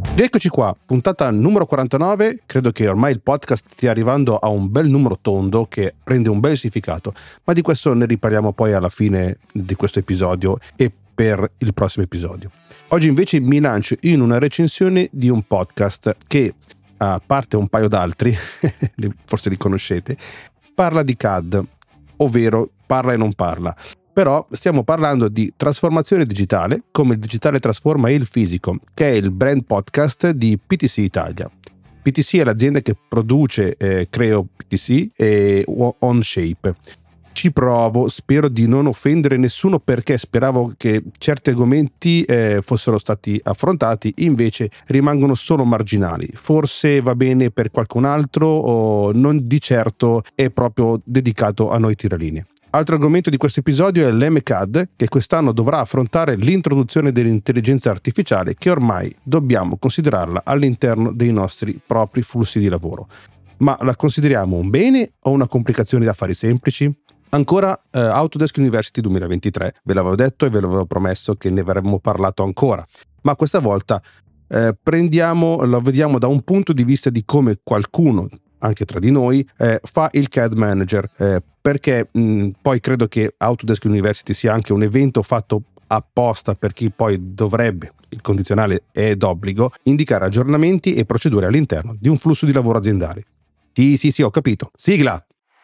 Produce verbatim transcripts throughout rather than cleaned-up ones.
Eccoci qua, puntata numero quarantanove. Credo che ormai il podcast stia arrivando a un bel numero tondo che prende un bel significato, ma di questo ne riparliamo poi alla fine di questo episodio e per il prossimo episodio. Oggi invece mi lancio in una recensione di un podcast che, a parte un paio d'altri, forse li conoscete, parla di C A D, ovvero parla e non parla. Però stiamo parlando di trasformazione digitale, come il digitale trasforma il fisico, che è il brand podcast di P T C Italia. P T C è l'azienda che produce eh, Creo P T C e OnShape. Ci provo, spero di non offendere nessuno perché speravo che certi argomenti eh, fossero stati affrontati, invece rimangono solo marginali. Forse va bene per qualcun altro o non di certo è proprio dedicato a noi tiralinee. Altro argomento di questo episodio è l'M C A D, che quest'anno dovrà affrontare l'introduzione dell'intelligenza artificiale, che ormai dobbiamo considerarla all'interno dei nostri propri flussi di lavoro. Ma la consideriamo un bene o una complicazione di affari semplici? Ancora eh, Autodesk University duemilaventitré, ve l'avevo detto e ve l'avevo promesso che ne avremmo parlato ancora, ma questa volta eh, prendiamo, lo vediamo da un punto di vista di come qualcuno, anche tra di noi, eh, fa il C A D Manager, eh, perché mh, poi credo che Autodesk University sia anche un evento fatto apposta per chi poi dovrebbe, il condizionale è d'obbligo, indicare aggiornamenti e procedure all'interno di un flusso di lavoro aziendale. Sì, sì, sì, ho capito. Sigla!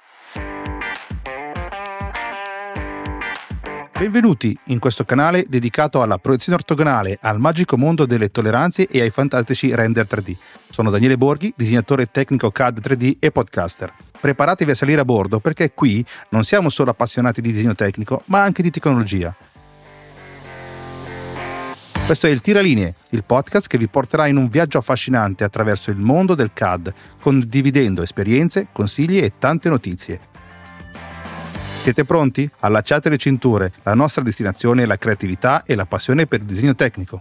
Benvenuti in questo canale dedicato alla proiezione ortogonale, al magico mondo delle tolleranze e ai fantastici render tre D. Sono Daniele Borghi, disegnatore tecnico C A D tre D e podcaster. Preparatevi a salire a bordo perché qui non siamo solo appassionati di disegno tecnico, ma anche di tecnologia. Questo è il Tiralinee, il podcast che vi porterà in un viaggio affascinante attraverso il mondo del C A D, condividendo esperienze, consigli e tante notizie. Siete pronti? Allacciate le cinture, la nostra destinazione è la creatività e la passione per il disegno tecnico.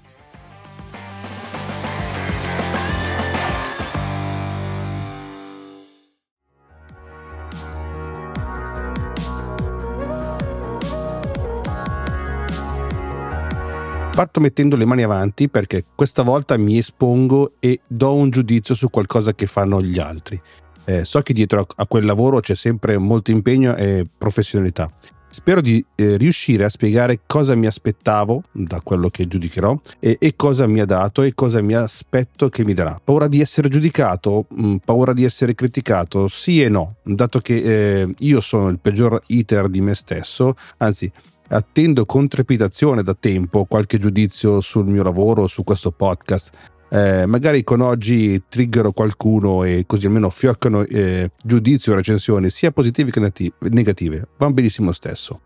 Parto mettendo le mani avanti perché questa volta mi espongo e do un giudizio su qualcosa che fanno gli altri. Eh, so che dietro a quel lavoro c'è sempre molto impegno e professionalità. Spero di eh, riuscire a spiegare cosa mi aspettavo da quello che giudicherò e, e cosa mi ha dato e cosa mi aspetto che mi darà. Paura di essere giudicato? Mh, paura di essere criticato? Sì e no, dato che eh, io sono il peggior hater di me stesso, anzi attendo con trepidazione da tempo qualche giudizio sul mio lavoro, su questo podcast. Eh, magari con oggi triggero qualcuno e così almeno fioccano eh, giudizi o recensioni sia positive che negative, va benissimo stesso.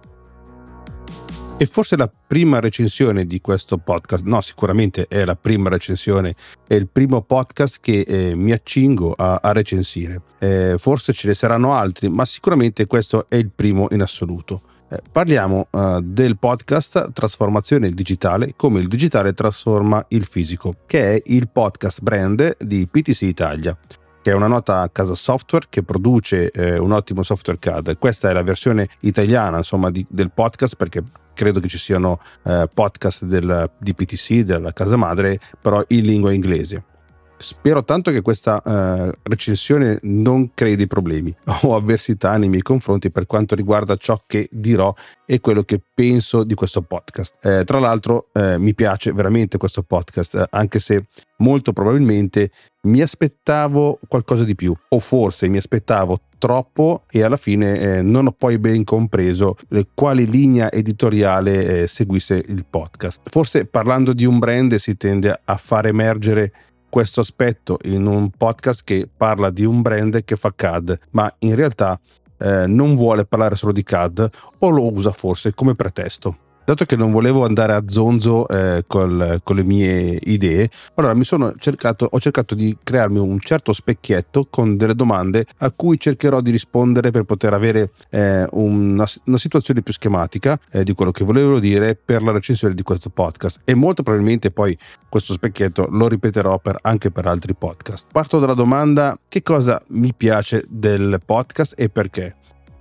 E forse la prima recensione di questo podcast, no sicuramente è la prima recensione, è il primo podcast che eh, mi accingo a, a recensire. Eh, forse ce ne saranno altri, ma sicuramente questo è il primo in assoluto. Eh, parliamo uh, del podcast Trasformazione Digitale, come il digitale trasforma il fisico, che è il podcast brand di P T C Italia, che è una nota casa software che produce eh, un ottimo software C A D. Questa è la versione italiana, insomma, di, del podcast, perché credo che ci siano eh, podcast del, di P T C, della casa madre, però in lingua inglese. Spero tanto che questa uh, recensione non crei dei problemi o avversità nei miei confronti per quanto riguarda ciò che dirò e quello che penso di questo podcast. Eh, tra l'altro eh, mi piace veramente questo podcast, eh, anche se molto probabilmente mi aspettavo qualcosa di più, o forse mi aspettavo troppo e alla fine eh, non ho poi ben compreso eh, quale linea editoriale eh, seguisse il podcast. Forse parlando di un brand si tende a far emergere questo aspetto in un podcast che parla di un brand che fa C A D, ma in realtà eh, non vuole parlare solo di C A D o lo usa forse come pretesto. Dato che non volevo andare a zonzo eh, col, con le mie idee, allora mi sono cercato, ho cercato di crearmi un certo specchietto con delle domande a cui cercherò di rispondere per poter avere eh, una, una situazione più schematica eh, di quello che volevo dire per la recensione di questo podcast, e molto probabilmente poi questo specchietto lo ripeterò per, anche per altri podcast. Parto dalla domanda: che cosa mi piace del podcast e perché?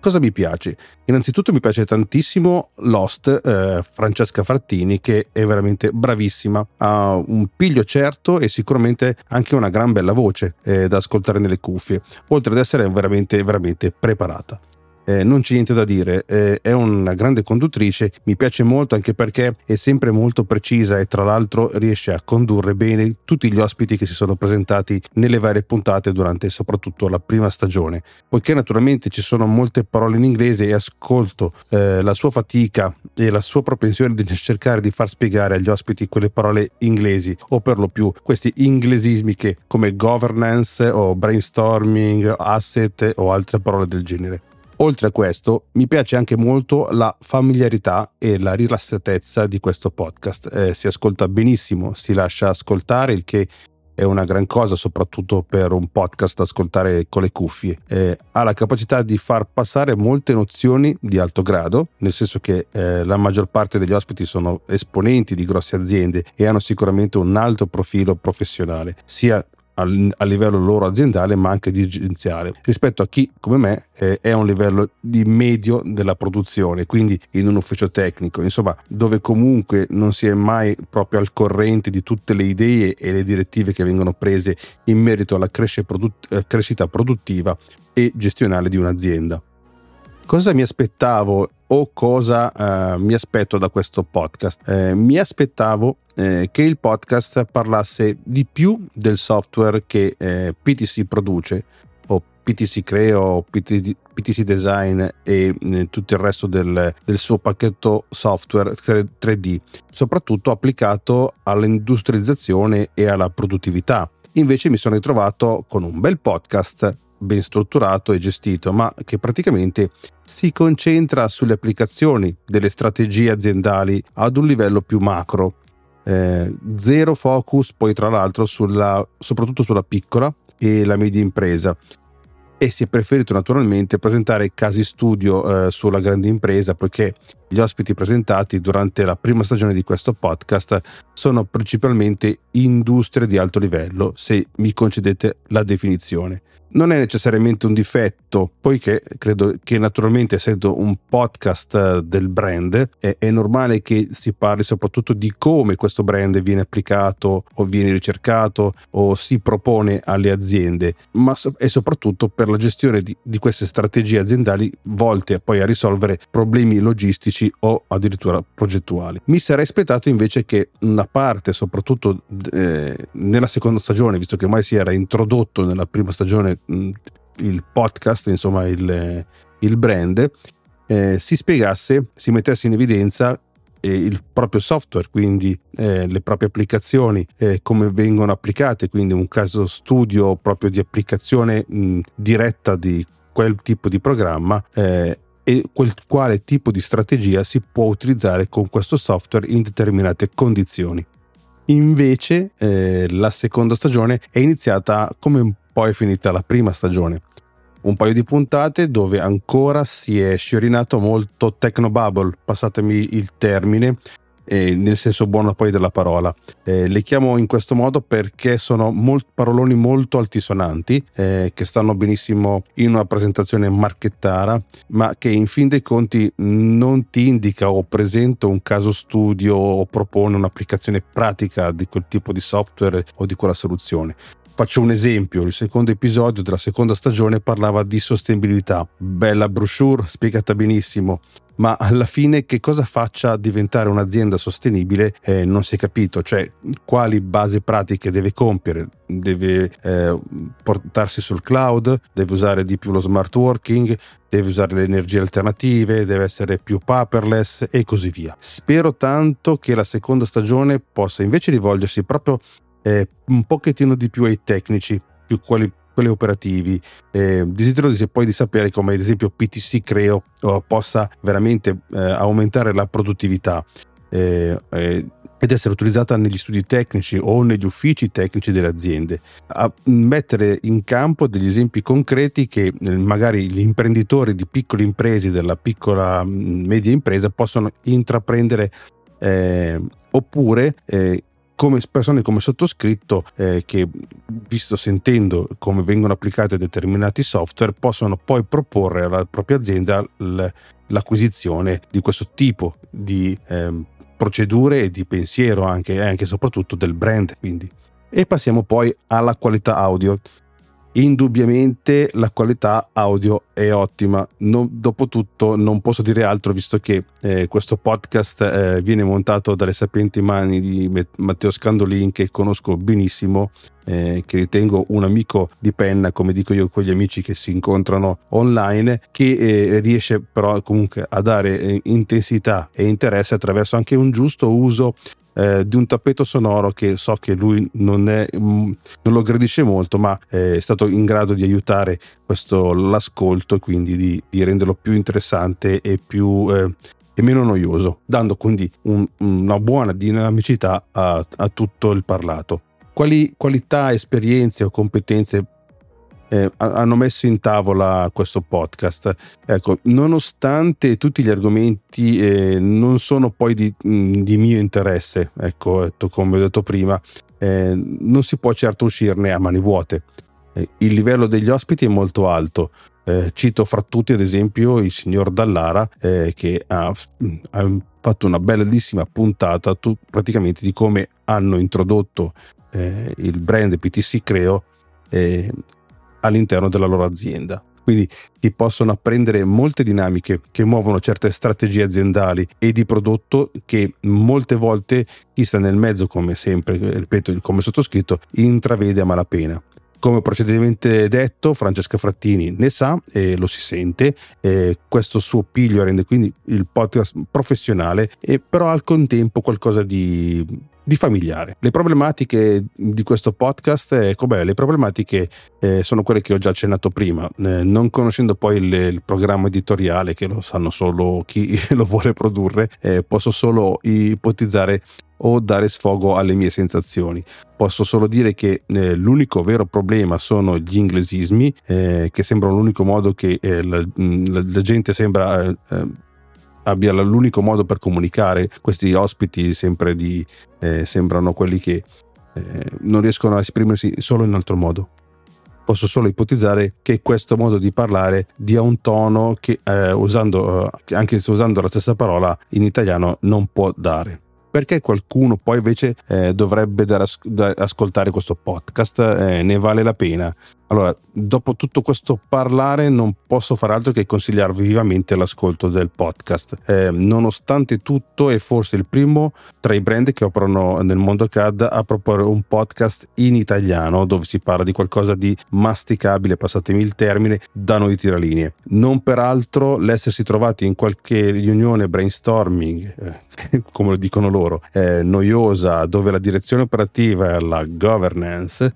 Cosa mi piace? Innanzitutto mi piace tantissimo l'host eh, Francesca Frattini, che è veramente bravissima, ha un piglio certo e sicuramente anche una gran bella voce eh, da ascoltare nelle cuffie, oltre ad essere veramente veramente preparata. Eh, non c'è niente da dire, eh, è una grande conduttrice, mi piace molto anche perché è sempre molto precisa e tra l'altro riesce a condurre bene tutti gli ospiti che si sono presentati nelle varie puntate durante soprattutto la prima stagione. Poiché naturalmente ci sono molte parole in inglese e ascolto eh, la sua fatica e la sua propensione di cercare di far spiegare agli ospiti quelle parole inglesi, o per lo più questi inglesismi che come governance o brainstorming, asset o altre parole del genere. Oltre a questo, mi piace anche molto la familiarità e la rilassatezza di questo podcast. Eh, si ascolta benissimo, si lascia ascoltare, il che è una gran cosa, soprattutto per un podcast da ascoltare con le cuffie. Eh, ha la capacità di far passare molte nozioni di alto grado, nel senso che eh, la maggior parte degli ospiti sono esponenti di grosse aziende e hanno sicuramente un alto profilo professionale, sia a livello loro aziendale ma anche dirigenziale, rispetto a chi come me eh, è a un livello di medio della produzione, quindi in un ufficio tecnico, insomma, dove comunque non si è mai proprio al corrente di tutte le idee e le direttive che vengono prese in merito alla crescita produttiva e gestionale di un'azienda. Cosa mi aspettavo o cosa eh, mi aspetto da questo podcast? Eh, mi aspettavo eh, che il podcast parlasse di più del software che eh, P T C produce, o P T C Creo, o P T C Design e eh, tutto il resto del, del suo pacchetto software tre D, soprattutto applicato all'industrializzazione e alla produttività. Invece mi sono ritrovato con un bel podcast ben strutturato e gestito, ma che praticamente si concentra sulle applicazioni delle strategie aziendali ad un livello più macro, eh, zero focus poi tra l'altro sulla, soprattutto sulla piccola e la media impresa, e si è preferito naturalmente presentare casi studio eh, sulla grande impresa, poiché gli ospiti presentati durante la prima stagione di questo podcast sono principalmente industrie di alto livello, se mi concedete la definizione. Non è necessariamente un difetto, poiché credo che naturalmente, essendo un podcast del brand, è, è normale che si parli soprattutto di come questo brand viene applicato o viene ricercato o si propone alle aziende, ma so- è soprattutto per la gestione di, di queste strategie aziendali volte poi a risolvere problemi logistici o addirittura progettuali. Mi sarei aspettato invece che una parte, soprattutto eh, nella seconda stagione, visto che ormai si era introdotto nella prima stagione il podcast, insomma il, il brand, eh, si spiegasse, si mettesse in evidenza eh, il proprio software, quindi eh, le proprie applicazioni, eh, come vengono applicate, quindi un caso studio proprio di applicazione mh, diretta di quel tipo di programma, eh, e quel quale tipo di strategia si può utilizzare con questo software in determinate condizioni. Invece eh, la seconda stagione è iniziata come un poi è finita la prima stagione. Un paio di puntate dove ancora si è sciorinato molto technobubble, passatemi il termine, eh, nel senso buono poi della parola. Eh, le chiamo in questo modo perché sono molt, paroloni molto altisonanti, eh, che stanno benissimo in una presentazione marchettara, ma che in fin dei conti non ti indica o presenta un caso studio o propone un'applicazione pratica di quel tipo di software o di quella soluzione. Faccio un esempio: il secondo episodio della seconda stagione parlava di sostenibilità, bella brochure spiegata benissimo, ma alla fine che cosa faccia diventare un'azienda sostenibile eh, non si è capito, cioè quali basi pratiche deve compiere, deve eh, portarsi sul cloud, deve usare di più lo smart working, deve usare le energie alternative, deve essere più paperless e così via. Spero tanto che la seconda stagione possa invece rivolgersi proprio Eh, un pochettino di più ai tecnici, più quelli, quelli operativi. Eh, desidero di, poi di sapere come ad esempio P T C Creo oh, possa veramente eh, aumentare la produttività eh, eh, ed essere utilizzata negli studi tecnici o negli uffici tecnici delle aziende, a mettere in campo degli esempi concreti che eh, magari gli imprenditori di piccole imprese, della piccola media impresa possono intraprendere, eh, oppure eh, come persone come sottoscritto eh, che, visto sentendo come vengono applicati determinati software, possono poi proporre alla propria azienda l- l'acquisizione di questo tipo di eh, procedure e di pensiero, anche e anche soprattutto del brand. Quindi. E passiamo poi alla qualità audio. Indubbiamente la qualità audio è ottima, non, dopotutto non posso dire altro, visto che eh, questo podcast eh, viene montato dalle sapienti mani di Matteo Scandolin, che conosco benissimo, eh, che ritengo un amico di penna, come dico io con gli amici che si incontrano online, che eh, riesce però comunque a dare eh, intensità e interesse attraverso anche un giusto uso Eh, di un tappeto sonoro che so che lui non, è, mh, non lo gradisce molto, ma è stato in grado di aiutare questo l'ascolto e quindi di, di renderlo più interessante e più eh, e meno noioso, dando quindi un, una buona dinamicità a, a tutto il parlato. Quali qualità, esperienze o competenze Eh, hanno messo in tavola questo podcast? Ecco, nonostante tutti gli argomenti eh, non sono poi di, di mio interesse, ecco, come ho detto prima, eh, non si può certo uscirne a mani vuote. Eh, il livello degli ospiti è molto alto. Eh, cito fra tutti ad esempio il signor Dallara, eh, che ha, ha fatto una bellissima puntata tu, praticamente di come hanno introdotto eh, il brand P T C Creo eh, all'interno della loro azienda. Quindi si possono apprendere molte dinamiche che muovono certe strategie aziendali e di prodotto che molte volte chi sta nel mezzo, come sempre, ripeto, come sottoscritto, intravede a malapena. Come precedentemente detto, Francesca Frattini ne sa e lo si sente, e questo suo piglio rende quindi il podcast professionale e però al contempo qualcosa di di familiare. Le problematiche di questo podcast, ecco beh, le problematiche eh, sono quelle che ho già accennato prima, eh, non conoscendo poi il, il programma editoriale, che lo sanno solo chi lo vuole produrre, eh, posso solo ipotizzare o dare sfogo alle mie sensazioni. Posso solo dire che eh, l'unico vero problema sono gli inglesismi, eh, che sembrano l'unico modo che eh, la, la, la gente sembra eh, abbia l'unico modo per comunicare. Questi ospiti sempre di eh, sembrano quelli che eh, non riescono a esprimersi solo in un altro modo. Posso solo ipotizzare che questo modo di parlare dia un tono che eh, usando eh, anche se usando la stessa parola in italiano non può dare. Perché qualcuno poi invece eh, dovrebbe dare as- da ascoltare questo podcast? Eh, ne vale la pena? Allora, dopo tutto questo parlare non posso fare altro che consigliarvi vivamente l'ascolto del podcast. Eh, nonostante tutto è forse il primo tra i brand che operano nel mondo C A D a proporre un podcast in italiano dove si parla di qualcosa di masticabile, passatemi il termine, da noi tiralinee. Non peraltro l'essersi trovati in qualche riunione brainstorming, eh, come lo dicono loro, eh, noiosa, dove la direzione operativa e la governance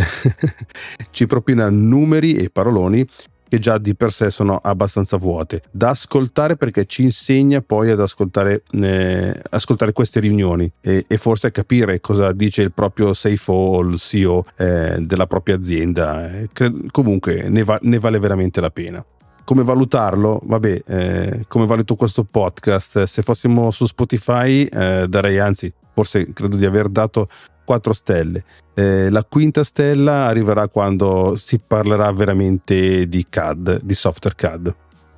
ci propina numeri e paroloni che già di per sé sono abbastanza vuote da ascoltare, perché ci insegna poi ad ascoltare eh, ascoltare queste riunioni e, e forse a capire cosa dice il proprio C F O o il C E O eh, della propria azienda. Eh, comunque ne, va, ne vale veramente la pena. Come valutarlo? Vabbè, eh, come valuto questo podcast? Se fossimo su Spotify eh, darei, anzi forse credo di aver dato quattro stelle. Eh, la quinta stella arriverà quando si parlerà veramente di C A D, di software C A D.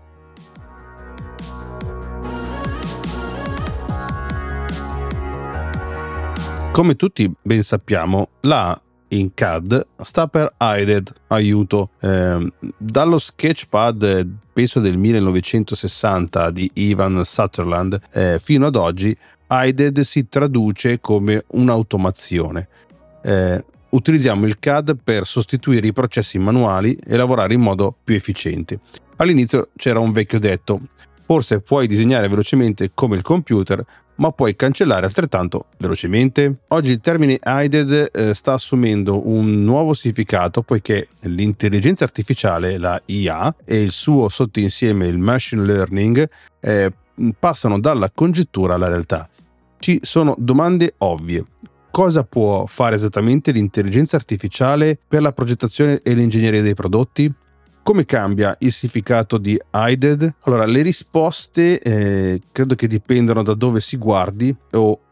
Come tutti ben sappiamo, la in C A D sta per I D E D, aiuto. Eh, dallo Sketchpad, penso del millenovecentosessanta di Ivan Sutherland, eh, fino ad oggi I D E D si traduce come un'automazione. Eh, utilizziamo il C A D per sostituire i processi manuali e lavorare in modo più efficiente. All'inizio c'era un vecchio detto: forse puoi disegnare velocemente come il computer, ma puoi cancellare altrettanto velocemente. Oggi il termine I D E D eh, sta assumendo un nuovo significato, poiché l'intelligenza artificiale, la I A, e il suo sottoinsieme, il machine learning, eh, passano dalla congettura alla realtà. Ci sono domande ovvie. Cosa può fare esattamente l'intelligenza artificiale per la progettazione e l'ingegneria dei prodotti? Come cambia il significato di I D E D? Allora, le risposte eh, credo che dipendano da dove si guardi o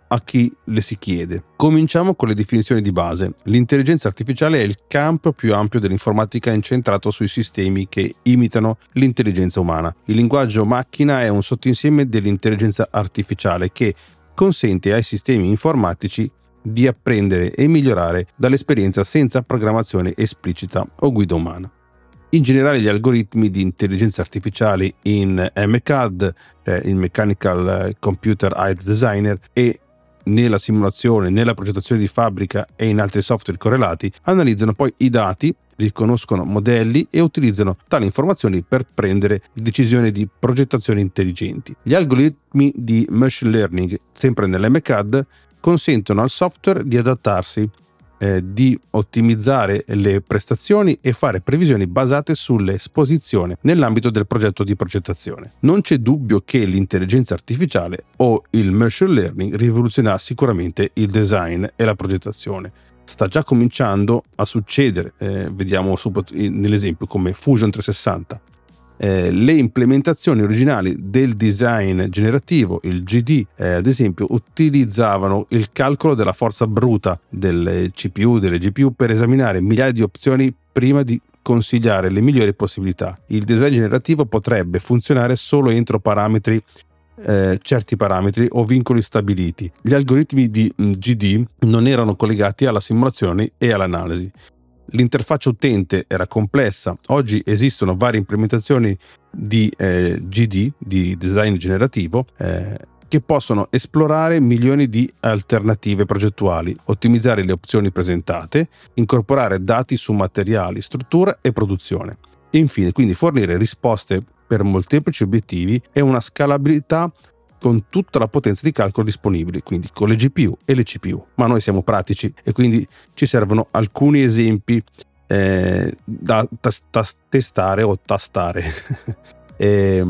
a chi le si chiede. Cominciamo con le definizioni di base. L'intelligenza artificiale è il campo più ampio dell'informatica incentrato sui sistemi che imitano l'intelligenza umana. Il linguaggio macchina è un sottoinsieme dell'intelligenza artificiale che consente ai sistemi informatici di apprendere e migliorare dall'esperienza senza programmazione esplicita o guida umana. In generale gli algoritmi di intelligenza artificiale in M C A D, eh, il Mechanical Computer Aided Designer, e nella simulazione, nella progettazione di fabbrica e in altri software correlati, analizzano poi i dati, riconoscono modelli e utilizzano tali informazioni per prendere decisioni di progettazione intelligenti. Gli algoritmi di machine learning, sempre nell'M C A D, consentono al software di adattarsi, eh, di ottimizzare le prestazioni e fare previsioni basate sull'esposizione nell'ambito del progetto di progettazione. Non c'è dubbio che l'intelligenza artificiale o il machine learning rivoluzionerà sicuramente il design e la progettazione. Sta già cominciando a succedere, eh, vediamo nell'esempio come Fusion trecentosessanta. Eh, le implementazioni originali del design generativo, il G D, eh, ad esempio, utilizzavano il calcolo della forza bruta delle C P U, delle G P U, per esaminare migliaia di opzioni prima di consigliare le migliori possibilità. Il design generativo potrebbe funzionare solo entro parametri eh, certi parametri o vincoli stabiliti. Gli algoritmi di G D non erano collegati alla simulazione e all'analisi. L'interfaccia utente era complessa. Oggi esistono varie implementazioni di eh, G D, di design generativo, eh, che possono esplorare milioni di alternative progettuali, ottimizzare le opzioni presentate, incorporare dati su materiali, struttura e produzione. E infine, quindi, fornire risposte per molteplici obiettivi e una scalabilità con tutta la potenza di calcolo disponibile, quindi con le G P U e le C P U. Ma noi siamo pratici e quindi ci servono alcuni esempi eh, da tas- tas- testare o tastare. e,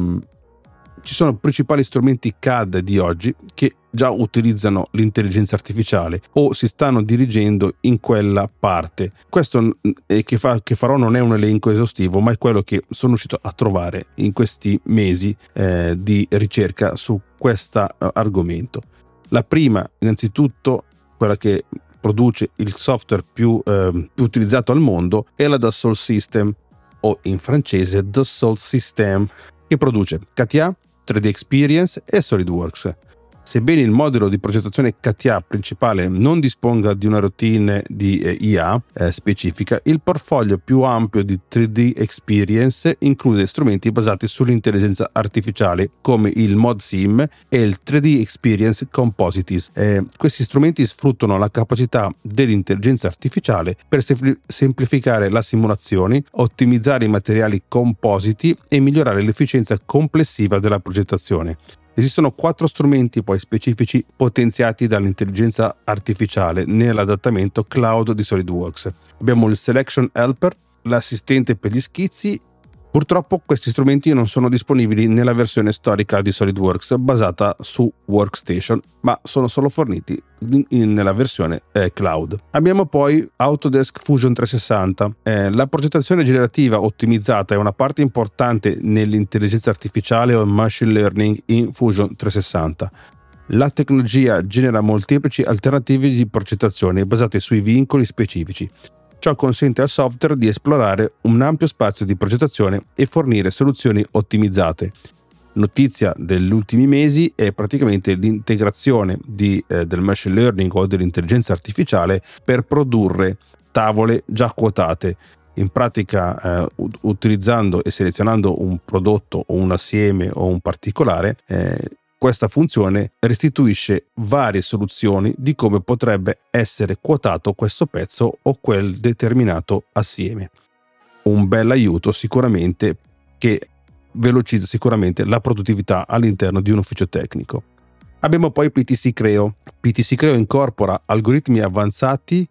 ci sono principali strumenti C A D di oggi che già utilizzano l'intelligenza artificiale o si stanno dirigendo in quella parte. Questo eh, che, fa, che farò non è un elenco esaustivo, ma è quello che sono riuscito a trovare in questi mesi eh, di ricerca su questo uh, argomento. La prima, innanzitutto, quella che produce il software più, eh, più utilizzato al mondo, è la Dassault System, o in francese Dassault Systèmes, che produce C A T I A, tre D Experience e SolidWorks. Sebbene il modello di progettazione C A T I A principale non disponga di una routine di eh, I A eh, specifica, il portfolio più ampio di tre D Experience include strumenti basati sull'intelligenza artificiale come il ModSim e il tre D Experience Composites. Eh, questi strumenti sfruttano la capacità dell'intelligenza artificiale per sempl- semplificare la simulazione, ottimizzare i materiali compositi e migliorare l'efficienza complessiva della progettazione. Esistono quattro strumenti poi specifici potenziati dall'intelligenza artificiale nell'adattamento cloud di SolidWorks. Abbiamo il Selection Helper, l'assistente per gli schizzi. Purtroppo questi strumenti non sono disponibili nella versione storica di SolidWorks basata su Workstation, ma sono solo forniti in, in, nella versione eh, cloud. Abbiamo poi Autodesk Fusion trecentosessanta. Eh, la progettazione generativa ottimizzata è una parte importante nell'intelligenza artificiale o machine learning in Fusion trecentosessanta. La tecnologia genera molteplici alternative di progettazione basate sui vincoli specifici. Ciò consente al software di esplorare un ampio spazio di progettazione e fornire soluzioni ottimizzate. Notizia degli ultimi mesi è praticamente l'integrazione di, eh, del machine learning o dell'intelligenza artificiale per produrre tavole già quotate. In pratica, eh, utilizzando e selezionando un prodotto o un assieme o un particolare, eh, questa funzione restituisce varie soluzioni di come potrebbe essere quotato questo pezzo o quel determinato assieme. Un bel aiuto sicuramente, che velocizza sicuramente la produttività all'interno di un ufficio tecnico. Abbiamo poi P T C Creo. P T C Creo incorpora algoritmi avanzati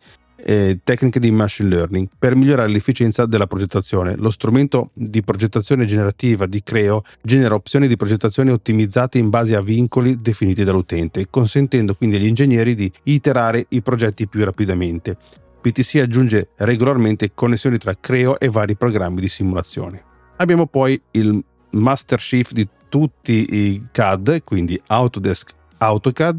e tecniche di machine learning per migliorare l'efficienza della progettazione. Lo strumento di progettazione generativa di Creo genera opzioni di progettazione ottimizzate in base a vincoli definiti dall'utente, consentendo quindi agli ingegneri di iterare i progetti più rapidamente. P T C aggiunge regolarmente connessioni tra Creo e vari programmi di simulazione. Abbiamo poi il master chief di tutti i C A D, quindi Autodesk AutoCAD,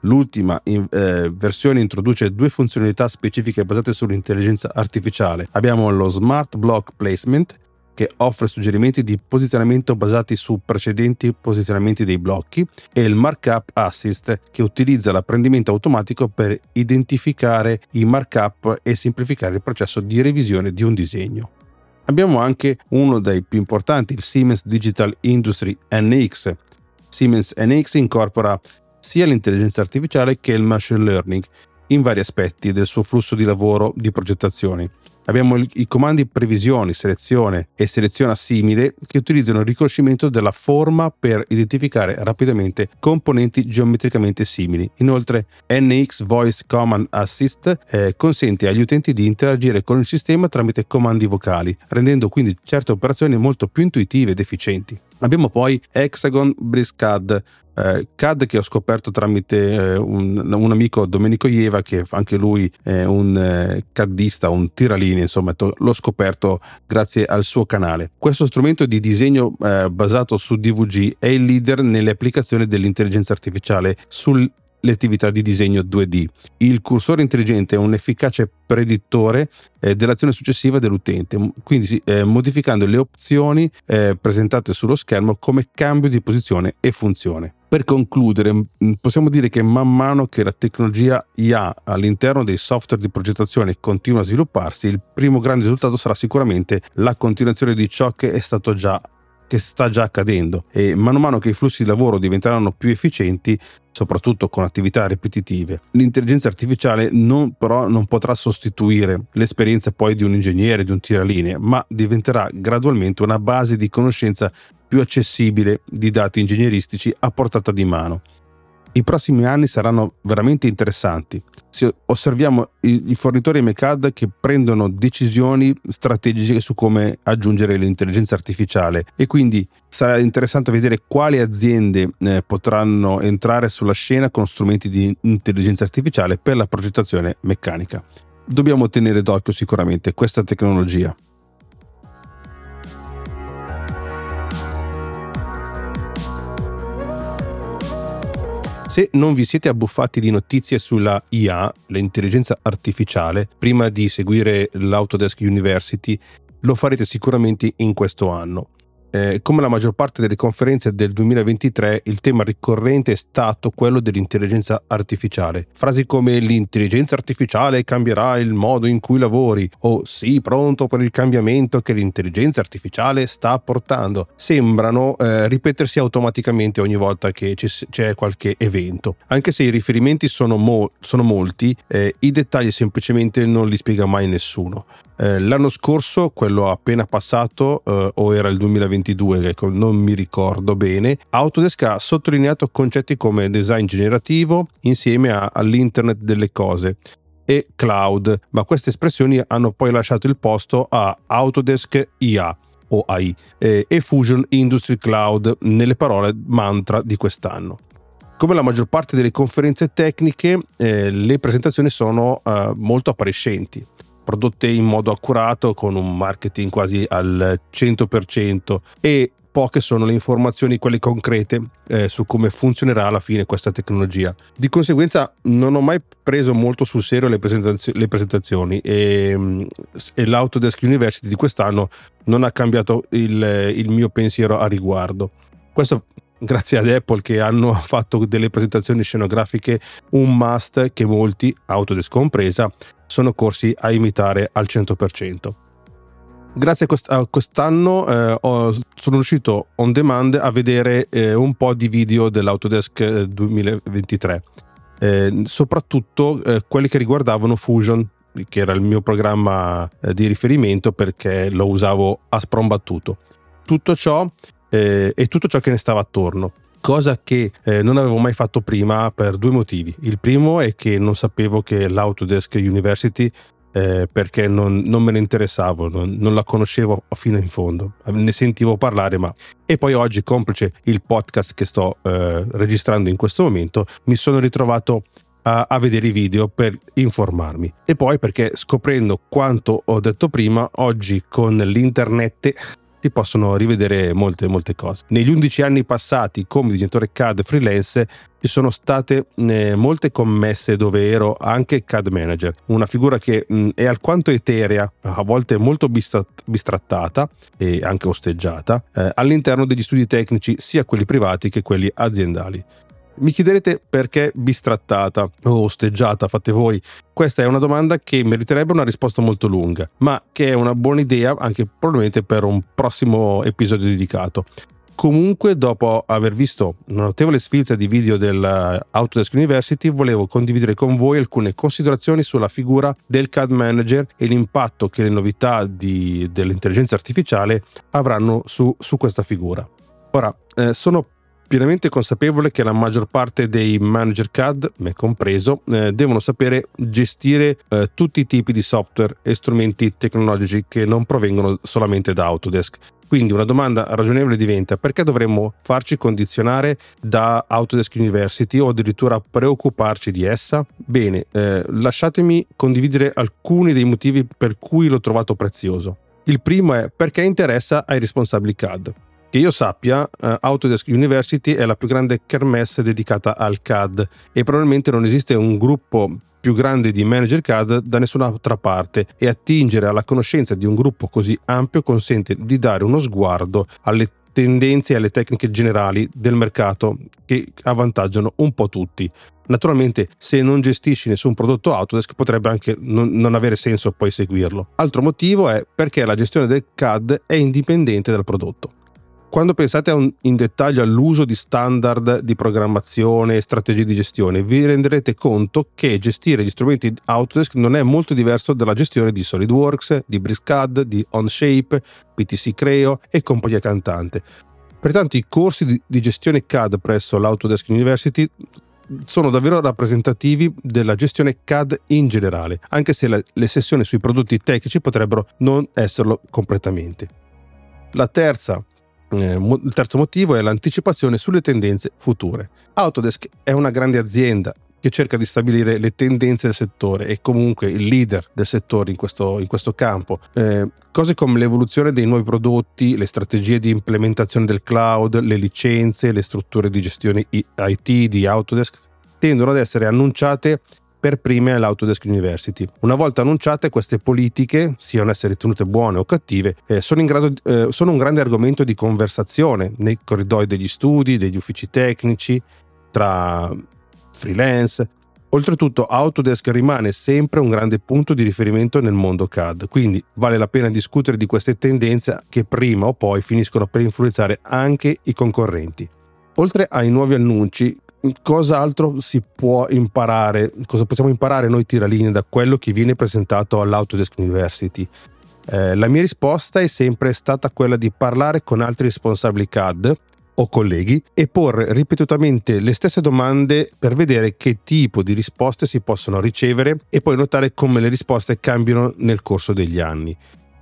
L'ultima in, eh, versione introduce due funzionalità specifiche basate sull'intelligenza artificiale. Abbiamo lo Smart Block Placement, che offre suggerimenti di posizionamento basati su precedenti posizionamenti dei blocchi, e il Markup Assist, che utilizza l'apprendimento automatico per identificare i markup e semplificare il processo di revisione di un disegno. Abbiamo anche uno dei più importanti, il Siemens Digital Industry N X. Siemens N X incorpora sia l'intelligenza artificiale che il machine learning in vari aspetti del suo flusso di lavoro di progettazione. Abbiamo i comandi previsione, selezione e selezione simile, che utilizzano il riconoscimento della forma per identificare rapidamente componenti geometricamente simili. Inoltre N X Voice Command Assist eh, consente agli utenti di interagire con il sistema tramite comandi vocali, rendendo quindi certe operazioni molto più intuitive ed efficienti. Abbiamo poi Hexagon Brisk C A D, eh, C A D che ho scoperto tramite eh, un, un amico, Domenico Ieva, che anche lui è un eh, CADista, un tiralini, insomma l'ho scoperto grazie al suo canale. Questo strumento di disegno eh, basato su D V G è il leader nelle applicazioni dell'intelligenza artificiale sul le attività di disegno due D. Il cursore intelligente è un efficace predittore eh, dell'azione successiva dell'utente, quindi eh, modificando le opzioni eh, presentate sullo schermo come cambio di posizione e funzione. Per concludere, possiamo dire che man mano che la tecnologia I A all'interno dei software di progettazione continua a svilupparsi, il primo grande risultato sarà sicuramente la continuazione di ciò che è stato già che sta già accadendo, e mano a mano che i flussi di lavoro diventeranno più efficienti, soprattutto con attività ripetitive, l'intelligenza artificiale non, però non potrà sostituire l'esperienza poi di un ingegnere, di un tiralinee, ma diventerà gradualmente una base di conoscenza più accessibile di dati ingegneristici a portata di mano. I prossimi anni saranno veramente interessanti. Se osserviamo i, i fornitori M C A D che prendono decisioni strategiche su come aggiungere l'intelligenza artificiale, e quindi sarà interessante vedere quali aziende eh, potranno entrare sulla scena con strumenti di intelligenza artificiale per la progettazione meccanica. Dobbiamo tenere d'occhio sicuramente questa tecnologia. Se non vi siete abbuffati di notizie sulla I A, l'intelligenza artificiale, prima di seguire l'Autodesk University, lo farete sicuramente in questo anno. Eh, come la maggior parte delle conferenze del duemilaventitré, il tema ricorrente è stato quello dell'intelligenza artificiale. Frasi come l'intelligenza artificiale cambierà il modo in cui lavori, o sii pronto per il cambiamento che l'intelligenza artificiale sta portando, sembrano eh, ripetersi automaticamente ogni volta che c'è qualche evento. Anche se i riferimenti sono, mo- sono molti, eh, i dettagli semplicemente non li spiega mai nessuno. Eh, l'anno scorso, quello appena passato, eh, o era il duemilaventidue, ecco, non mi ricordo bene, Autodesk ha sottolineato concetti come design generativo insieme a, all'internet delle cose e cloud, ma queste espressioni hanno poi lasciato il posto a Autodesk I A o A I eh, e Fusion Industry Cloud nelle parole mantra di quest'anno. Come la maggior parte delle conferenze tecniche, eh, le presentazioni sono eh, molto appariscenti, prodotte in modo accurato con un marketing quasi al cento per cento, e poche sono le informazioni, quelle concrete, eh, su come funzionerà alla fine questa tecnologia. Di conseguenza non ho mai preso molto sul serio le, presentazio- le presentazioni e, e l'Autodesk University di quest'anno non ha cambiato il, il mio pensiero a riguardo. Questo grazie ad Apple, che hanno fatto delle presentazioni scenografiche un must che molti, Autodesk compresa, sono corsi a imitare al cento per cento. Grazie a, quest- a quest'anno eh, ho, sono riuscito on demand a vedere eh, un po' di video dell'Autodesk duemilaventitré, eh, soprattutto eh, quelli che riguardavano Fusion, che era il mio programma eh, di riferimento perché lo usavo a sprombattuto. Tutto ciò eh, e tutto ciò che ne stava attorno, cosa che eh, non avevo mai fatto prima per due motivi. Il primo è che non sapevo che l'Autodesk University, eh, perché non, non me ne interessavo, non, non la conoscevo fino in fondo, ne sentivo parlare, ma e poi oggi, complice il podcast che sto eh, registrando in questo momento, mi sono ritrovato a, a vedere i video per informarmi. E poi perché, scoprendo quanto ho detto prima, oggi con l'internet si possono rivedere molte molte cose. Negli undici anni passati come disegnatore C A D freelance ci sono state eh, molte commesse dove ero anche C A D manager, una figura che mh, è alquanto eterea, a volte molto bistrat- bistrattata e anche osteggiata eh, all'interno degli studi tecnici, sia quelli privati che quelli aziendali. Mi chiederete perché bistrattata o osteggiata, fate voi. Questa è una domanda che meriterebbe una risposta molto lunga, ma che è una buona idea anche probabilmente per un prossimo episodio dedicato. Comunque, dopo aver visto una notevole sfilza di video dell'Autodesk University, volevo condividere con voi alcune considerazioni sulla figura del C A D Manager e l'impatto che le novità di, dell'intelligenza artificiale avranno su, su questa figura. Ora, eh, sono pienamente consapevole che la maggior parte dei manager C A D, me compreso, eh, devono sapere gestire eh, tutti i tipi di software e strumenti tecnologici che non provengono solamente da Autodesk. Quindi una domanda ragionevole diventa: perché dovremmo farci condizionare da Autodesk University o addirittura preoccuparci di essa? Bene, eh, lasciatemi condividere alcuni dei motivi per cui l'ho trovato prezioso. Il primo è perché interessa ai responsabili C A D. Che io sappia, uh, Autodesk University è la più grande kermesse dedicata al C A D e probabilmente non esiste un gruppo più grande di manager C A D da nessun'altra parte, e attingere alla conoscenza di un gruppo così ampio consente di dare uno sguardo alle tendenze e alle tecniche generali del mercato che avvantaggiano un po' tutti. Naturalmente, se non gestisci nessun prodotto Autodesk potrebbe anche non, non avere senso poi seguirlo. Altro motivo è perché la gestione del C A D è indipendente dal prodotto. Quando pensate a un, in dettaglio all'uso di standard di programmazione e strategie di gestione, vi renderete conto che gestire gli strumenti Autodesk non è molto diverso dalla gestione di SolidWorks, di BricsCAD, di Onshape, P T C Creo e compagnia cantante. Pertanto i corsi di, di gestione C A D presso l'Autodesk University sono davvero rappresentativi della gestione C A D in generale, anche se la, le sessioni sui prodotti tecnici potrebbero non esserlo completamente. La terza Il terzo motivo è l'anticipazione sulle tendenze future. Autodesk è una grande azienda che cerca di stabilire le tendenze del settore e comunque il leader del settore in questo, in questo campo. Eh, cose come l'evoluzione dei nuovi prodotti, le strategie di implementazione del cloud, le licenze, le strutture di gestione I T di Autodesk tendono ad essere annunciate per prime all'Autodesk University. Una volta annunciate, queste politiche, siano essere tenute buone o cattive, eh, sono, in grado, eh, sono un grande argomento di conversazione nei corridoi degli studi, degli uffici tecnici, tra freelance. Oltretutto Autodesk rimane sempre un grande punto di riferimento nel mondo C A D, quindi vale la pena discutere di queste tendenze che prima o poi finiscono per influenzare anche i concorrenti. Oltre ai nuovi annunci, cosa altro si può imparare, cosa possiamo imparare noi tiralinee da quello che viene presentato all'Autodesk University? Eh, la mia risposta è sempre stata quella di parlare con altri responsabili C A D o colleghi e porre ripetutamente le stesse domande per vedere che tipo di risposte si possono ricevere e poi notare come le risposte cambiano nel corso degli anni.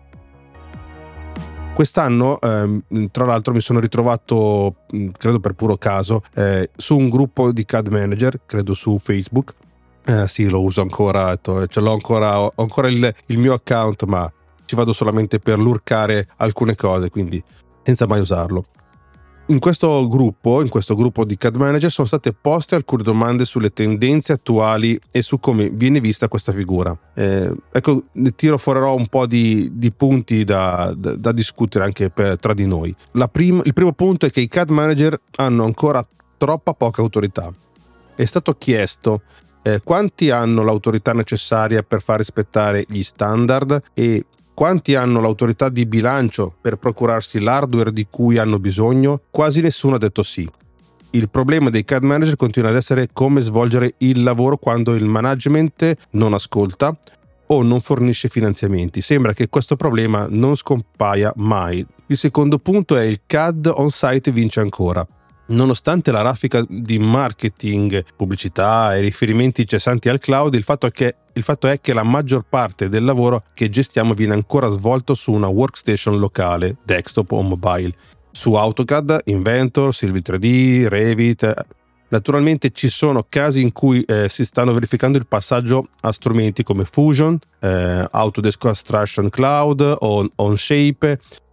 Quest'anno, ehm, tra l'altro, mi sono ritrovato, credo per puro caso, eh, su un gruppo di C A D Manager, credo su Facebook. Eh, sì, lo uso ancora, ce l'ho ancora, ho ancora il, il mio account, ma ci vado solamente per lurcare alcune cose, quindi senza mai usarlo. In questo gruppo, in questo gruppo di C A D Manager sono state poste alcune domande sulle tendenze attuali e su come viene vista questa figura. Eh, ecco, ne tiro fuori un po' di, di punti da, da, da discutere anche per, tra di noi. La prim, il primo punto è che i C A D Manager hanno ancora troppa poca autorità. È stato chiesto eh, quanti hanno l'autorità necessaria per far rispettare gli standard e quanti hanno l'autorità di bilancio per procurarsi l'hardware di cui hanno bisogno? Quasi nessuno ha detto sì. Il problema dei C A D manager continua ad essere come svolgere il lavoro quando il management non ascolta o non fornisce finanziamenti. Sembra che questo problema non scompaia mai. Il secondo punto è il C A D on-site vince ancora. Nonostante la raffica di marketing, pubblicità e riferimenti incessanti al cloud, il fatto è che il fatto è che la maggior parte del lavoro che gestiamo viene ancora svolto su una workstation locale, desktop o mobile, su AutoCAD, Inventor, Civil tre D, Revit. Naturalmente ci sono casi in cui eh, si stanno verificando il passaggio a strumenti come Fusion, eh, Autodesk Construction Cloud o Onshape,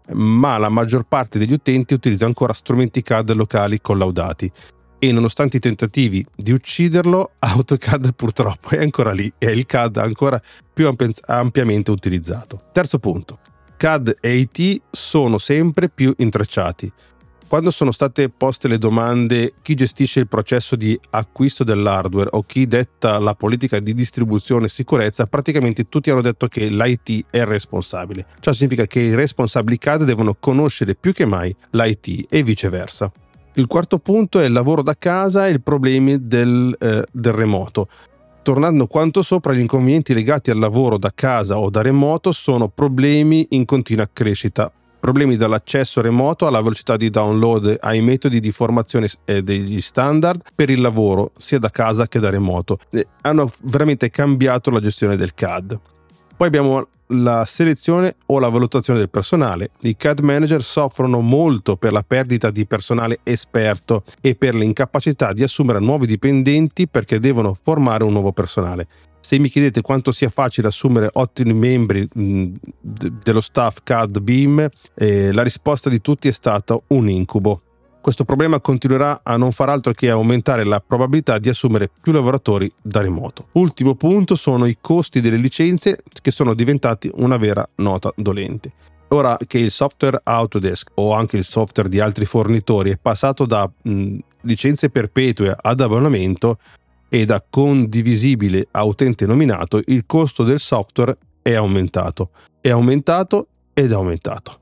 ma la maggior parte degli utenti utilizza ancora strumenti C A D locali collaudati. E nonostante i tentativi di ucciderlo, AutoCAD purtroppo è ancora lì e il C A D ancora più ampiamente utilizzato. Terzo punto. C A D e I T sono sempre più intrecciati. Quando sono state poste le domande chi gestisce il processo di acquisto dell'hardware o chi detta la politica di distribuzione e sicurezza, praticamente tutti hanno detto che l'I T è responsabile. Ciò significa che i responsabili C A D devono conoscere più che mai l'I T e viceversa. Il quarto punto è il lavoro da casa e i problemi del, eh, del remoto. Tornando quanto sopra, gli inconvenienti legati al lavoro da casa o da remoto sono problemi in continua crescita. Problemi dall'accesso remoto alla velocità di download ai metodi di formazione e degli standard per il lavoro sia da casa che da remoto. E hanno veramente cambiato la gestione del C A D. Poi abbiamo la selezione o la valutazione del personale. I C A D manager soffrono molto per la perdita di personale esperto e per l'incapacità di assumere nuovi dipendenti perché devono formare un nuovo personale. Se mi chiedete quanto sia facile assumere ottimi membri mh, d- dello staff C A D B I M, eh, la risposta di tutti è stata un incubo. Questo problema continuerà a non far altro che aumentare la probabilità di assumere più lavoratori da remoto. Ultimo punto sono i costi delle licenze, che sono diventati una vera nota dolente. Ora che il software Autodesk o anche il software di altri fornitori è passato da mh, licenze perpetue ad abbonamento e da condivisibile a utente nominato, il costo del software è aumentato, è aumentato ed è aumentato.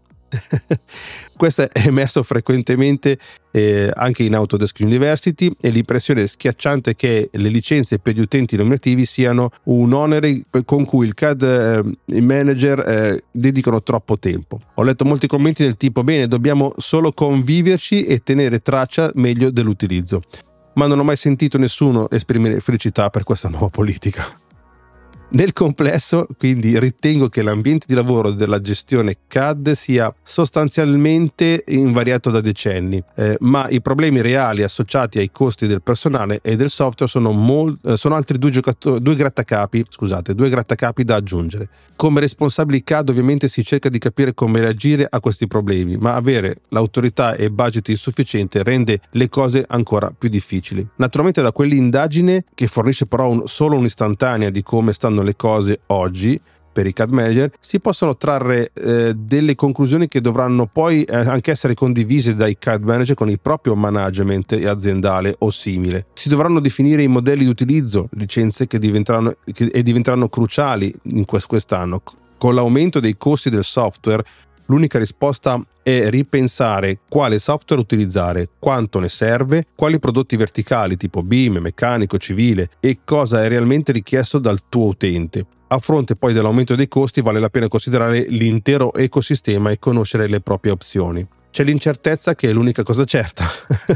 Questo è emerso frequentemente eh, anche in Autodesk University, e l'impressione schiacciante è che le licenze per gli utenti nominativi siano un onere con cui il C A D eh, manager eh, dedicano troppo tempo. Ho letto molti commenti del tipo: bene, dobbiamo solo conviverci e tenere traccia meglio dell'utilizzo, ma non ho mai sentito nessuno esprimere felicità per questa nuova politica. Nel complesso, quindi, ritengo che l'ambiente di lavoro della gestione C A D sia sostanzialmente invariato da decenni, eh, ma i problemi reali associati ai costi del personale e del software sono, mol- sono altri due, giocatori, due grattacapi, scusate, due grattacapi da aggiungere. Come responsabili C A D ovviamente si cerca di capire come reagire a questi problemi, ma avere l'autorità e budget insufficiente rende le cose ancora più difficili. Naturalmente da quell'indagine, che fornisce però un, solo un'istantanea di come stanno le cose oggi per i C A D manager, si possono trarre eh, delle conclusioni che dovranno poi eh, anche essere condivise dai C A D manager con il proprio management aziendale o simile. Si dovranno definire i modelli di utilizzo, licenze che diventeranno, che, e diventeranno cruciali in quest- quest'anno. Con l'aumento dei costi del software, l'unica risposta è ripensare quale software utilizzare, quanto ne serve, quali prodotti verticali tipo B I M, meccanico, civile e cosa è realmente richiesto dal tuo utente. A fronte poi dell'aumento dei costi vale la pena considerare l'intero ecosistema e conoscere le proprie opzioni. C'è l'incertezza, che è l'unica cosa certa.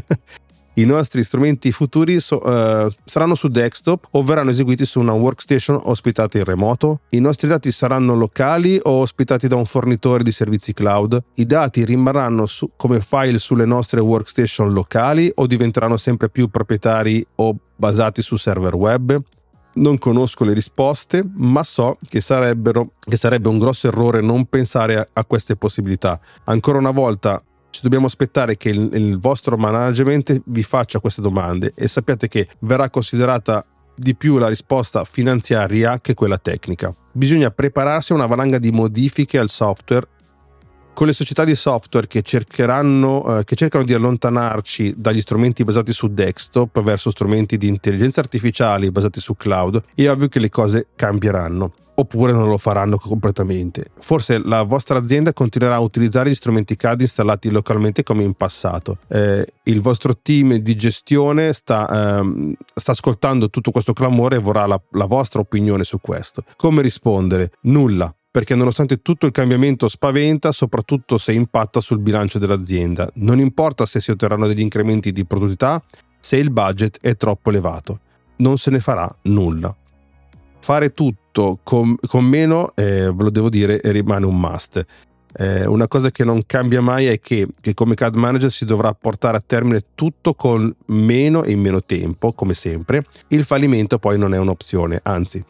I nostri strumenti futuri so, uh, saranno su desktop o verranno eseguiti su una workstation ospitata in remoto? I nostri dati saranno locali o ospitati da un fornitore di servizi cloud? I dati rimarranno su, come file sulle nostre workstation locali o diventeranno sempre più proprietari o basati su server web? Non conosco le risposte, ma so che sarebbero, che sarebbe un grosso errore non pensare a, a queste possibilità. Ancora una volta, ci dobbiamo aspettare che il, il vostro management vi faccia queste domande e sappiate che verrà considerata di più la risposta finanziaria che quella tecnica. Bisogna prepararsi a una valanga di modifiche al software, con le società di software che cercheranno eh, che cercano di allontanarci dagli strumenti basati su desktop verso strumenti di intelligenza artificiale basati su cloud. È ovvio che le cose cambieranno, oppure non lo faranno completamente. Forse la vostra azienda continuerà a utilizzare gli strumenti C A D installati localmente come in passato. Eh, il vostro team di gestione sta, ehm, sta ascoltando tutto questo clamore e vorrà la, la vostra opinione su questo. Come rispondere? Nulla. Perché nonostante tutto il cambiamento spaventa, soprattutto se impatta sul bilancio dell'azienda. Non importa se si otterranno degli incrementi di produttività, se il budget è troppo elevato. Non se ne farà nulla. Fare tutto con, con meno, eh, ve lo devo dire, rimane un must. Eh, una cosa che non cambia mai è che, che come C A D manager si dovrà portare a termine tutto con meno e in meno tempo, come sempre. Il fallimento poi non è un'opzione, anzi.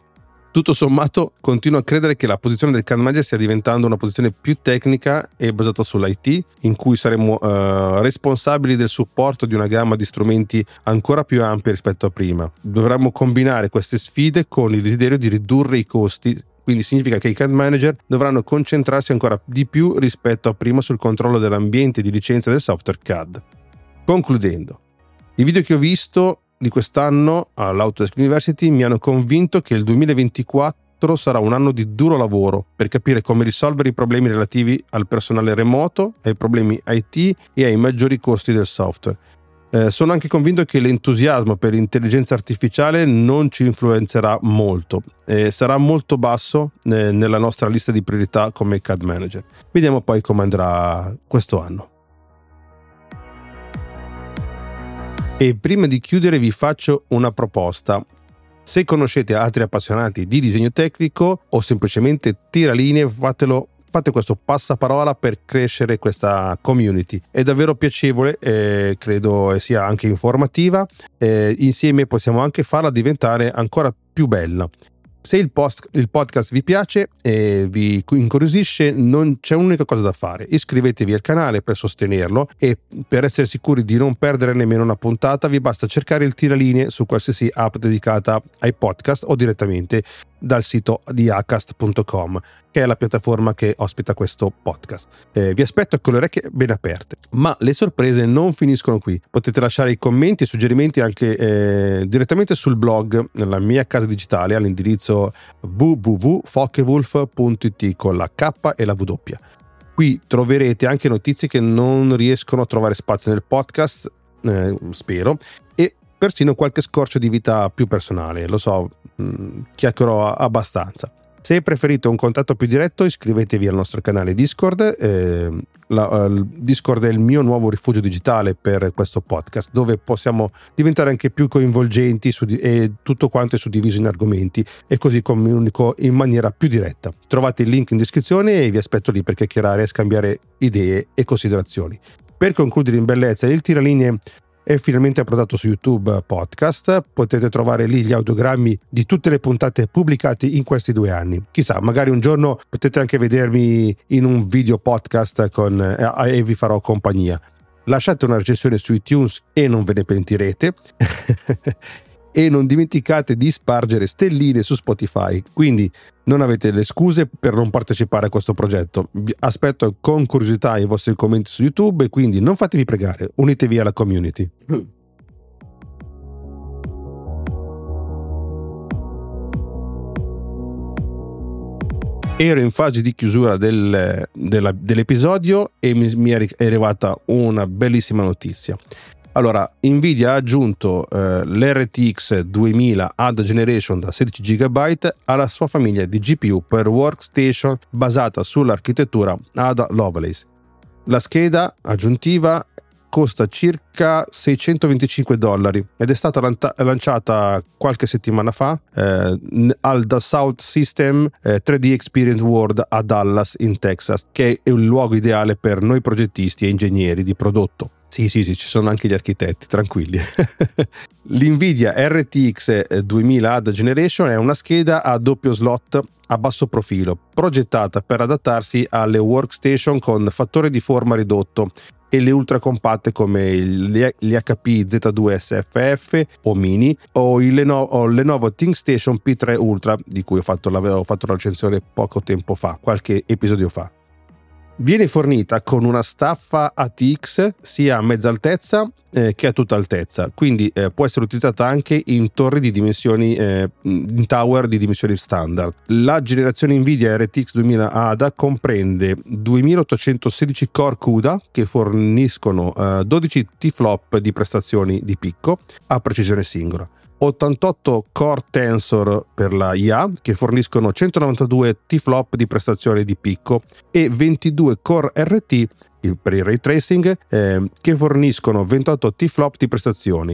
Tutto sommato continuo a credere che la posizione del C A D Manager stia diventando una posizione più tecnica e basata sull'I T, in cui saremo uh, responsabili del supporto di una gamma di strumenti ancora più ampia rispetto a prima. Dovremmo combinare queste sfide con il desiderio di ridurre i costi, quindi significa che i C A D Manager dovranno concentrarsi ancora di più rispetto a prima sul controllo dell'ambiente di licenza del software C A D. Concludendo, i video che ho visto di quest'anno all'Autodesk University mi hanno convinto che il duemilaventiquattro sarà un anno di duro lavoro per capire come risolvere i problemi relativi al personale remoto, ai problemi I T e ai maggiori costi del software. Eh, sono anche convinto che l'entusiasmo per l'intelligenza artificiale non ci influenzerà molto e sarà molto basso eh, nella nostra lista di priorità come C A D Manager. Vediamo poi come andrà questo anno. E prima di chiudere vi faccio una proposta. Se conoscete altri appassionati di disegno tecnico o semplicemente tiralinee, fatelo, fate questo passaparola per crescere questa community. È davvero piacevole, eh, credo sia anche informativa. Eh, insieme possiamo anche farla diventare ancora più bella. Se il, post, il podcast vi piace e vi incuriosisce, non c'è un'unica cosa da fare: iscrivetevi al canale per sostenerlo, e per essere sicuri di non perdere nemmeno una puntata vi basta cercare il tiralinee su qualsiasi app dedicata ai podcast o direttamente dal sito di acast punto com, che è la piattaforma che ospita questo podcast. Eh, vi aspetto con le orecchie ben aperte, ma le sorprese non finiscono qui. Potete lasciare i commenti e suggerimenti anche eh, direttamente sul blog, nella mia casa digitale, all'indirizzo w w w punto focke-wulf punto i t con la K e la W. Qui troverete anche notizie che non riescono a trovare spazio nel podcast, eh, spero, e persino qualche scorcio di vita più personale. Lo so, mh, chiacchierò abbastanza. Se preferite un contatto più diretto, iscrivetevi al nostro canale Discord. Eh, la, uh, Discord è il mio nuovo rifugio digitale per questo podcast, dove possiamo diventare anche più coinvolgenti su di- e tutto quanto è suddiviso in argomenti, e così comunico in maniera più diretta. Trovate il link in descrizione e vi aspetto lì per chiacchierare e scambiare idee e considerazioni. Per concludere in bellezza, il tiralinee è finalmente approdato su YouTube Podcast. Potete trovare lì gli audiogrammi di tutte le puntate pubblicate in questi due anni. Chissà, magari un giorno potete anche vedermi in un video podcast con, eh, e vi farò compagnia. Lasciate una recensione su iTunes e non ve ne pentirete. E non dimenticate di spargere stelline su Spotify, quindi non avete le scuse per non partecipare a questo progetto. Vi aspetto con curiosità i vostri commenti su YouTube, e quindi non fatevi pregare, unitevi alla community. Ero in fase di chiusura del, della, dell'episodio e mi, mi è arrivata una bellissima notizia. Allora, Nvidia ha aggiunto eh, l'R T X duemila A D A Generation da sedici giga alla sua famiglia di G P U per workstation basata sull'architettura A D A Lovelace. La scheda aggiuntiva costa circa seicentoventicinque dollari ed è stata lanta- lanciata qualche settimana fa eh, al Dassault System eh, tre D Experience World a Dallas in Texas, che è un luogo ideale per noi progettisti e ingegneri di prodotto. Sì, sì, sì, ci sono anche gli architetti, tranquilli. L'Nvidia R T X duemila A D A Generation è una scheda a doppio slot a basso profilo, progettata per adattarsi alle workstation con fattore di forma ridotto e le ultra compatte come gli H P Z due S F F o Mini o il Lenovo, o Lenovo ThinkStation P tre Ultra, di cui ho fatto, l'avevo fatto la recensione poco tempo fa, qualche episodio fa. Viene fornita con una staffa A T X sia a mezza altezza eh, che a tutta altezza, quindi eh, può essere utilizzata anche in torri di dimensioni, eh, in tower di dimensioni standard. La generazione Nvidia R T X duemila A D A comprende duemilaottocentosedici core CUDA che forniscono eh, dodici T-flop di prestazioni di picco a precisione singola, ottantotto core tensor per la I A che forniscono centonovantadue T-flop di prestazione di picco e ventidue core R T per il ray tracing, eh, che forniscono ventotto T-flop di prestazioni.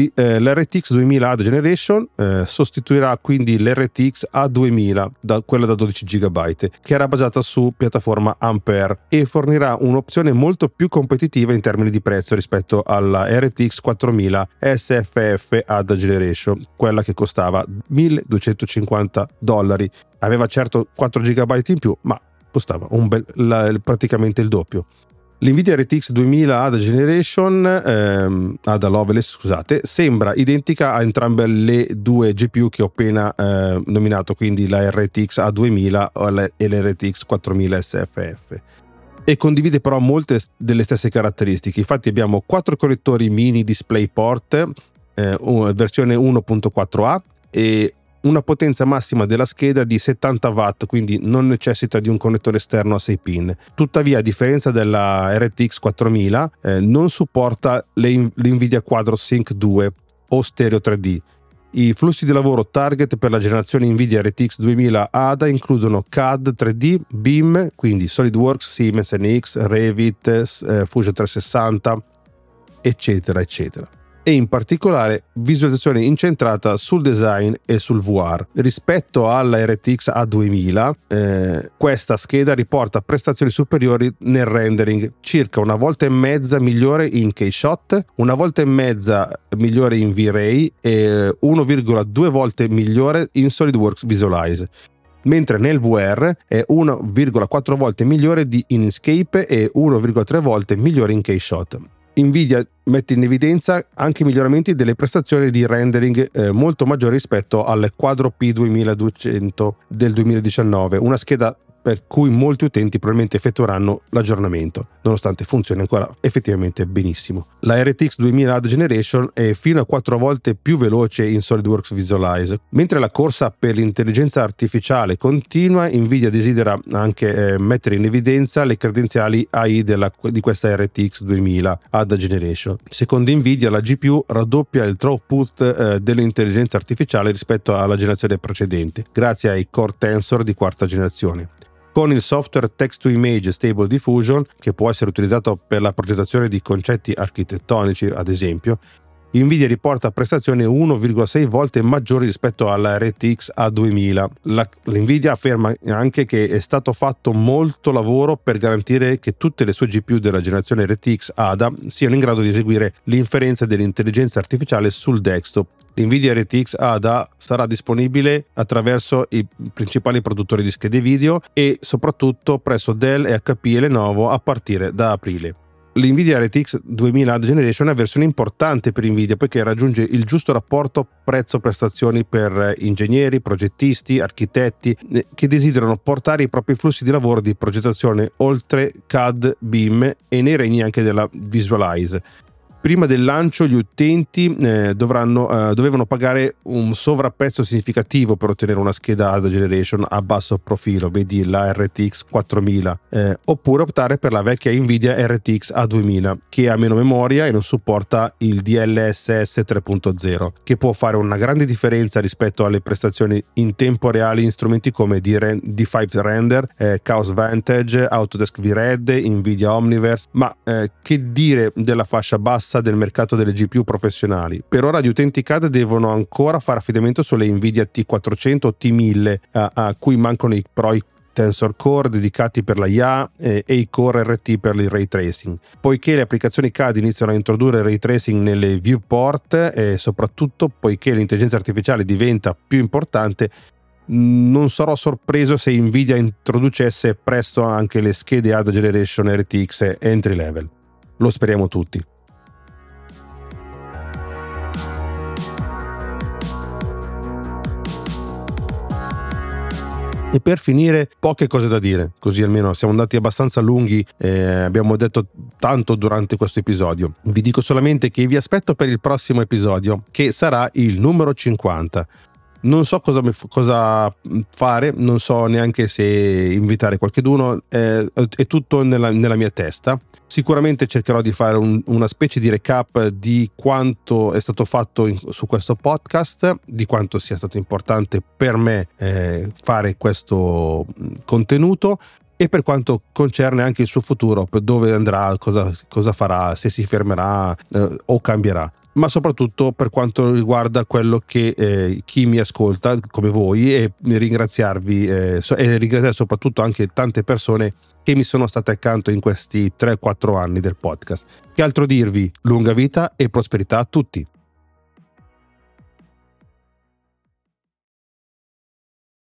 L'R T X duemila Ada Generation eh, sostituirà quindi l'R T X A duemila, da, quella da dodici giga, che era basata su piattaforma Ampere, e fornirà un'opzione molto più competitiva in termini di prezzo rispetto alla R T X quattromila S F F Ada Generation, quella che costava milleduecentocinquanta dollari. Aveva certo quattro giga in più, ma costava un bel, la, praticamente il doppio. L'Nvidia R T X duemila Ada Generation, ehm, Ada Lovelace, scusate, sembra identica a entrambe le due G P U che ho appena eh, nominato, quindi la R T X A duemila e l'R T X quattromila S F F. E condivide però molte delle stesse caratteristiche. Infatti abbiamo quattro connettori mini DisplayPort, eh, versione uno punto quattro A, e una potenza massima della scheda di settanta watt, quindi non necessita di un connettore esterno a sei pin. Tuttavia, a differenza della R T X quattromila, eh, non supporta le, l'Nvidia Quadro Sync due o Stereo tre D. I flussi di lavoro target per la generazione Nvidia R T X duemila Ada includono C A D tre D, B I M, quindi SolidWorks, Siemens N X, Revit, eh, Fusion trecentosessanta, eccetera, eccetera. E in particolare visualizzazione incentrata sul design e sul V R. Rispetto alla R T X A duemila, eh, questa scheda riporta prestazioni superiori nel rendering, circa una volta e mezza migliore in Keyshot, una volta e mezza migliore in V-Ray e uno virgola due volte migliore in SolidWorks Visualize, mentre nel V R è uno virgola quattro volte migliore di in Inkscape e uno virgola tre volte migliore in Keyshot. Nvidia mette in evidenza anche miglioramenti delle prestazioni di rendering eh, molto maggiori rispetto alle Quadro P duemiladuecento del duemiladiciannove, una scheda per cui molti utenti probabilmente effettueranno l'aggiornamento, nonostante funzioni ancora effettivamente benissimo. La R T X duemila Ada Generation è fino a quattro volte più veloce in SolidWorks Visualize. Mentre la corsa per l'intelligenza artificiale continua, Nvidia desidera anche eh, mettere in evidenza le credenziali A I della, di questa R T X duemila Ada Generation. Secondo Nvidia, la G P U raddoppia il throughput eh, dell'intelligenza artificiale rispetto alla generazione precedente, grazie ai Core Tensor di quarta generazione. Con il software Text to Image Stable Diffusion, che può essere utilizzato per la progettazione di concetti architettonici, ad esempio, Nvidia riporta prestazioni uno virgola sei volte maggiori rispetto alla R T X A duemila. La, L'Nvidia afferma anche che è stato fatto molto lavoro per garantire che tutte le sue G P U della generazione R T X Ada siano in grado di eseguire l'inferenza dell'intelligenza artificiale sul desktop. L'Nvidia R T X Ada sarà disponibile attraverso i principali produttori di schede video e soprattutto presso Dell, H P e Lenovo a partire da aprile. L'Nvidia R T X duemila Ada Generation è una versione importante per Nvidia poiché raggiunge il giusto rapporto prezzo-prestazioni per ingegneri, progettisti, architetti che desiderano portare i propri flussi di lavoro di progettazione oltre C A D, B I M e nei regni anche della Visualize. Prima del lancio gli utenti eh, dovranno, eh, dovevano pagare un sovrapprezzo significativo per ottenere una scheda Ada Generation a basso profilo, vedi la R T X quattromila, eh, oppure optare per la vecchia Nvidia R T X A duemila, che ha meno memoria e non supporta il D L S S tre punto zero, che può fare una grande differenza rispetto alle prestazioni in tempo reale in strumenti come D cinque Render, eh, Chaos Vantage, Autodesk V-Red, Nvidia Omniverse. Ma eh, che dire della fascia bassa del mercato delle G P U professionali? Per ora gli utenti C A D devono ancora fare affidamento sulle Nvidia T quattrocento o T mille, a, a cui mancano i Pro Tensor Core dedicati per la I A e, e i Core R T per il ray tracing. Poiché le applicazioni C A D iniziano a introdurre ray tracing nelle viewport e soprattutto poiché l'intelligenza artificiale diventa più importante, non sarò sorpreso se Nvidia introducesse presto anche le schede Ada Generation R T X entry level. Lo speriamo tutti. E per finire, poche cose da dire, così almeno siamo andati abbastanza lunghi e abbiamo detto tanto durante questo episodio. Vi dico solamente che vi aspetto per il prossimo episodio, che sarà il numero cinquanta. Non so cosa, cosa fare, non so neanche se invitare qualcheduno, è, è tutto nella, nella mia testa. Sicuramente cercherò di fare un, una specie di recap di quanto è stato fatto in, su questo podcast, di quanto sia stato importante per me eh, fare questo contenuto, e per quanto concerne anche il suo futuro, per dove andrà, cosa, cosa farà, se si fermerà eh, o cambierà, ma soprattutto per quanto riguarda quello che eh, chi mi ascolta come voi, e ringraziarvi eh, so, e ringraziare soprattutto anche tante persone che mi sono state accanto in questi tre quattro anni del podcast. Che altro dirvi? Lunga vita e prosperità a tutti.